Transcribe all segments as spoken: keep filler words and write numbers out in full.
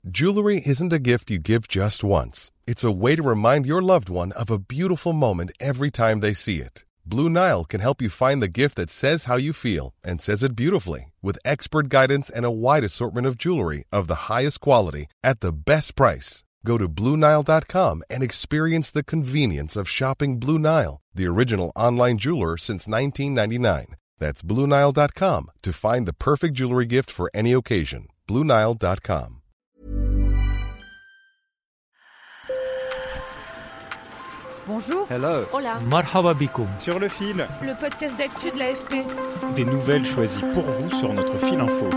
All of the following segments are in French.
Jewelry isn't a gift you give just once. It's a way to remind your loved one of a beautiful moment every time they see it. Blue Nile can help you find the gift that says how you feel and says it beautifully, with expert guidance and a wide assortment of jewelry of the highest quality at the best price. Go to Blue Nile dot com and experience the convenience of shopping Blue Nile, the original online jeweler since nineteen ninety-nine. That's Blue Nile dot com to find the perfect jewelry gift for any occasion. Blue Nile dot com. Bonjour. Hello. Hola. Marhaba bikoum. Sur le fil. Le podcast d'actu de l'A F P. Des nouvelles choisies pour vous sur notre fil info.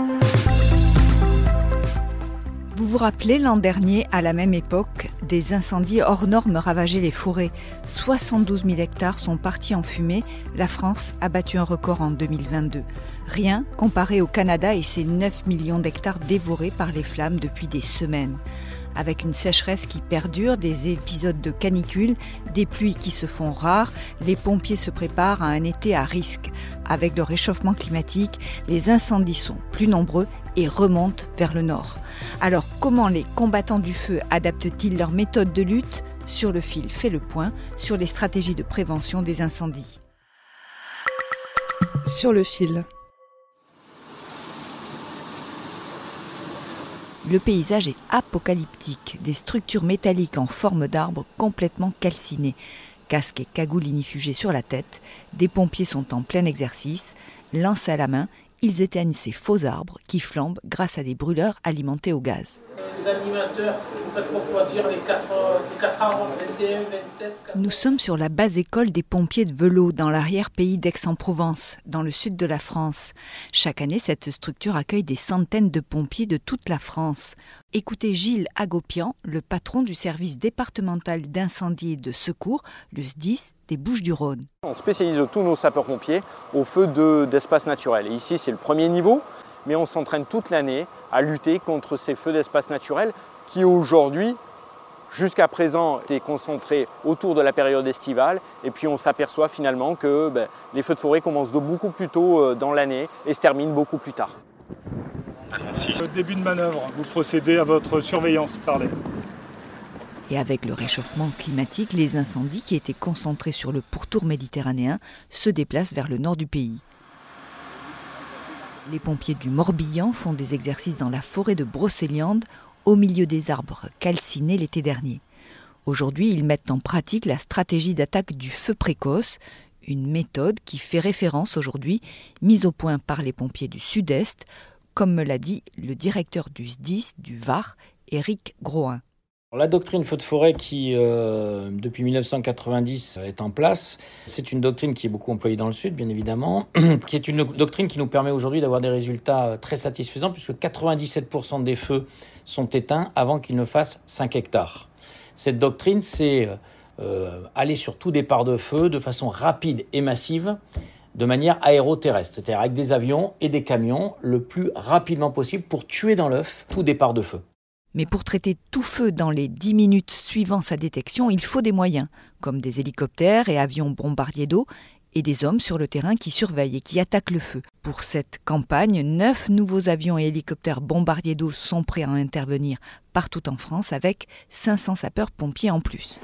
Vous vous rappelez, l'an dernier, à la même époque, des incendies hors normes ravageaient les forêts. soixante-douze mille hectares sont partis en fumée. La France a battu un record en deux mille vingt-deux. Rien comparé au Canada et ses neuf millions d'hectares dévorés par les flammes depuis des semaines. Avec une sécheresse qui perdure, des épisodes de canicule, des pluies qui se font rares, les pompiers se préparent à un été à risque. Avec le réchauffement climatique, les incendies sont plus nombreux et remontent vers le nord. Alors, comment les combattants du feu adaptent-ils leur méthode de lutte ? Sur le fil fait le point sur les stratégies de prévention des incendies. Sur le fil. Le paysage est apocalyptique, des structures métalliques en forme d'arbre complètement calcinées. Casques et cagoules ignifugées sur la tête, des pompiers sont en plein exercice. Lancés à la main, ils éteignent ces faux arbres qui flambent grâce à des brûleurs alimentés au gaz. Les animateurs, vous faites refroidir les quatre arbres, vingt et un, vingt-sept... Nous sommes sur la base école des pompiers de Velot, dans l'arrière-pays d'Aix-en-Provence, dans le sud de la France. Chaque année, cette structure accueille des centaines de pompiers de toute la France. Écoutez Gilles Agopian, le patron du service départemental d'incendie et de secours, le S D I S des Bouches-du-Rhône. On spécialise tous nos sapeurs-pompiers au feu de, d'espace naturel. Et ici, c'est le premier niveau, mais on s'entraîne toute l'année à lutter contre ces feux d'espace naturel qui aujourd'hui, jusqu'à présent, étaient concentrés autour de la période estivale. Et puis on s'aperçoit finalement que ben, les feux de forêt commencent de beaucoup plus tôt dans l'année et se terminent beaucoup plus tard. Au début de manœuvre, vous procédez à votre surveillance par les... Et avec le réchauffement climatique, les incendies qui étaient concentrés sur le pourtour méditerranéen se déplacent vers le nord du pays. Les pompiers du Morbihan font des exercices dans la forêt de Brocéliande, au milieu des arbres calcinés l'été dernier. Aujourd'hui, ils mettent en pratique la stratégie d'attaque du feu précoce, une méthode qui fait référence aujourd'hui, mise au point par les pompiers du Sud-Est, comme me l'a dit le directeur du S D I S du Var, Éric Groin. La doctrine feu de forêt qui, euh, depuis dix-neuf cent quatre-vingt-dix, est en place, c'est une doctrine qui est beaucoup employée dans le Sud, bien évidemment, qui est une doctrine qui nous permet aujourd'hui d'avoir des résultats très satisfaisants, puisque quatre-vingt-dix-sept pour cent des feux sont éteints avant qu'ils ne fassent cinq hectares. Cette doctrine, c'est euh, aller sur tout départ de feu de façon rapide et massive, de manière aéroterrestre, c'est-à-dire avec des avions et des camions, le plus rapidement possible pour tuer dans l'œuf tout départ de feu. Mais pour traiter tout feu dans les dix minutes suivant sa détection, il faut des moyens, comme des hélicoptères et avions bombardiers d'eau, et des hommes sur le terrain qui surveillent et qui attaquent le feu. Pour cette campagne, neuf nouveaux avions et hélicoptères bombardiers d'eau sont prêts à intervenir partout en France, avec cinq cents sapeurs-pompiers en plus.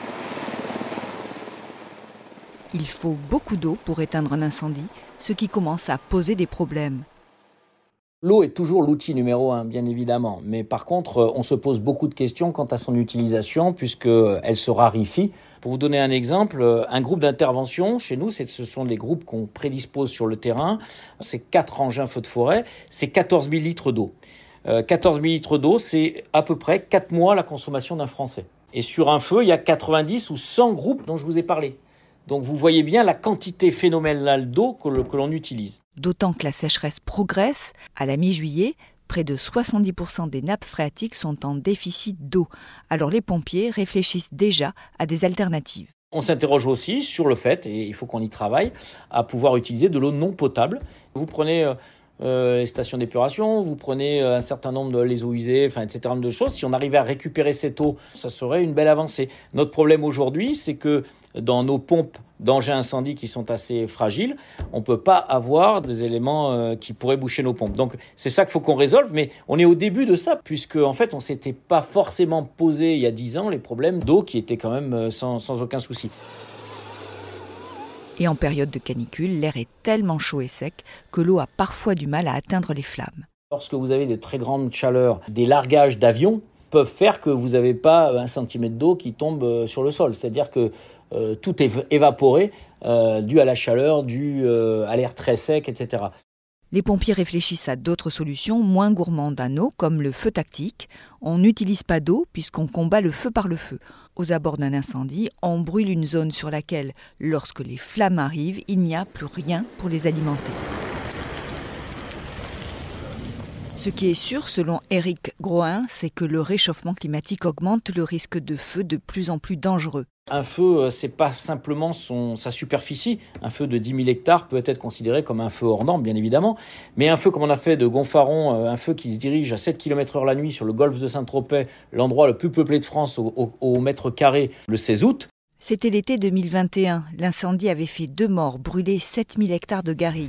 Il faut beaucoup d'eau pour éteindre un incendie, ce qui commence à poser des problèmes. L'eau est toujours l'outil numéro un, bien évidemment. Mais par contre, on se pose beaucoup de questions quant à son utilisation, puisqu'elle se raréfie. Pour vous donner un exemple, un groupe d'intervention, chez nous, c'est, ce sont des groupes qu'on prédispose sur le terrain. C'est quatre engins feux de forêt, c'est quatorze mille litres d'eau. Euh, quatorze mille litres d'eau, c'est à peu près quatre mois la consommation d'un Français. Et sur un feu, il y a quatre-vingt-dix ou cent groupes dont je vous ai parlé. Donc vous voyez bien la quantité phénoménale d'eau que, le, que l'on utilise. D'autant que la sécheresse progresse. À la mi-juillet, près de soixante-dix pour cent des nappes phréatiques sont en déficit d'eau. Alors les pompiers réfléchissent déjà à des alternatives. On s'interroge aussi sur le fait, et il faut qu'on y travaille, à pouvoir utiliser de l'eau non potable. Vous prenez euh, euh, les stations d'épuration, vous prenez euh, un certain nombre de les eaux usées, enfin, et cetera de choses. Si on arrivait à récupérer cette eau, ça serait une belle avancée. Notre problème aujourd'hui, c'est que dans nos pompes d'engins incendie qui sont assez fragiles, on ne peut pas avoir des éléments euh, qui pourraient boucher nos pompes. Donc c'est ça qu'il faut qu'on résolve, mais on est au début de ça, puisque en fait on ne s'était pas forcément posé il y a dix ans les problèmes d'eau qui étaient quand même euh, sans, sans aucun souci. Et en période de canicule, l'air est tellement chaud et sec que l'eau a parfois du mal à atteindre les flammes. Lorsque vous avez de très grandes chaleurs, des largages d'avions peuvent faire que vous n'avez pas un centimètre d'eau qui tombe sur le sol. C'est-à-dire que euh, tout est évaporé euh, dû à la chaleur, dû euh, à l'air très sec, et cetera. Les pompiers réfléchissent à d'autres solutions moins gourmandes en eau, comme le feu tactique. On n'utilise pas d'eau puisqu'on combat le feu par le feu. Aux abords d'un incendie, on brûle une zone sur laquelle, lorsque les flammes arrivent, il n'y a plus rien pour les alimenter. Ce qui est sûr, selon Éric Groin, c'est que le réchauffement climatique augmente le risque de feu de plus en plus dangereux. Un feu, c'est pas simplement son, sa superficie. Un feu de dix mille hectares peut être considéré comme un feu hors norme, bien évidemment. Mais un feu comme on a fait de Gonfaron, un feu qui se dirige à sept kilomètres heure la nuit sur le golfe de Saint-Tropez, l'endroit le plus peuplé de France au, au, au mètre carré, le seize août. C'était l'été deux mille vingt et un. L'incendie avait fait deux morts, brûlé sept mille hectares de garrigues.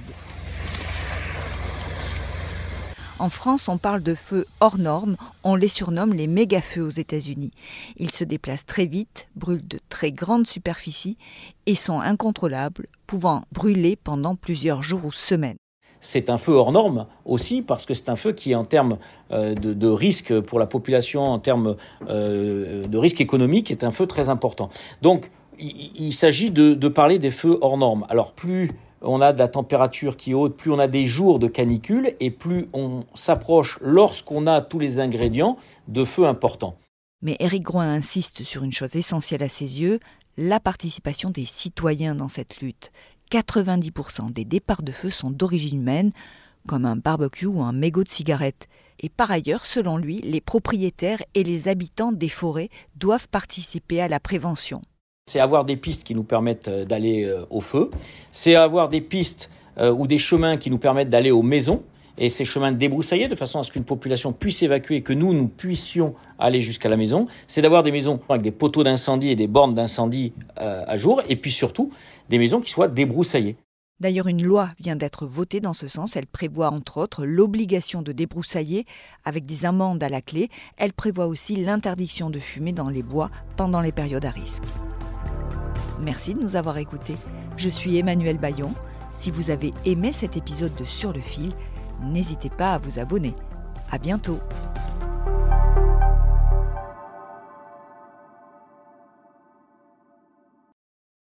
En France, on parle de feux hors normes, on les surnomme les méga-feux aux États-Unis. Ils se déplacent très vite, brûlent de très grandes superficies et sont incontrôlables, pouvant brûler pendant plusieurs jours ou semaines. C'est un feu hors norme aussi parce que c'est un feu qui, en termes euh, de, de risque pour la population, en termes euh, de risque économique, est un feu très important. Donc, il, il s'agit de, de parler des feux hors normes. Alors, plus on a de la température qui est haute, plus on a des jours de canicule et plus on s'approche, lorsqu'on a tous les ingrédients, de feux importants. Mais Éric Groin insiste sur une chose essentielle à ses yeux, la participation des citoyens dans cette lutte. quatre-vingt-dix pour cent des départs de feu sont d'origine humaine, comme un barbecue ou un mégot de cigarette. Et par ailleurs, selon lui, les propriétaires et les habitants des forêts doivent participer à la prévention. C'est avoir des pistes qui nous permettent d'aller au feu, c'est avoir des pistes euh, ou des chemins qui nous permettent d'aller aux maisons, et ces chemins débroussaillés de façon à ce qu'une population puisse évacuer et que nous, nous puissions aller jusqu'à la maison. C'est d'avoir des maisons avec des poteaux d'incendie et des bornes d'incendie euh, à jour, et puis surtout des maisons qui soient débroussaillées. D'ailleurs, une loi vient d'être votée dans ce sens. Elle prévoit entre autres l'obligation de débroussailler avec des amendes à la clé. Elle prévoit aussi l'interdiction de fumer dans les bois pendant les périodes à risque. Merci de nous avoir écoutés. Je suis Emmanuel Bayon. Si vous avez aimé cet épisode de Sur le fil, n'hésitez pas à vous abonner. À bientôt.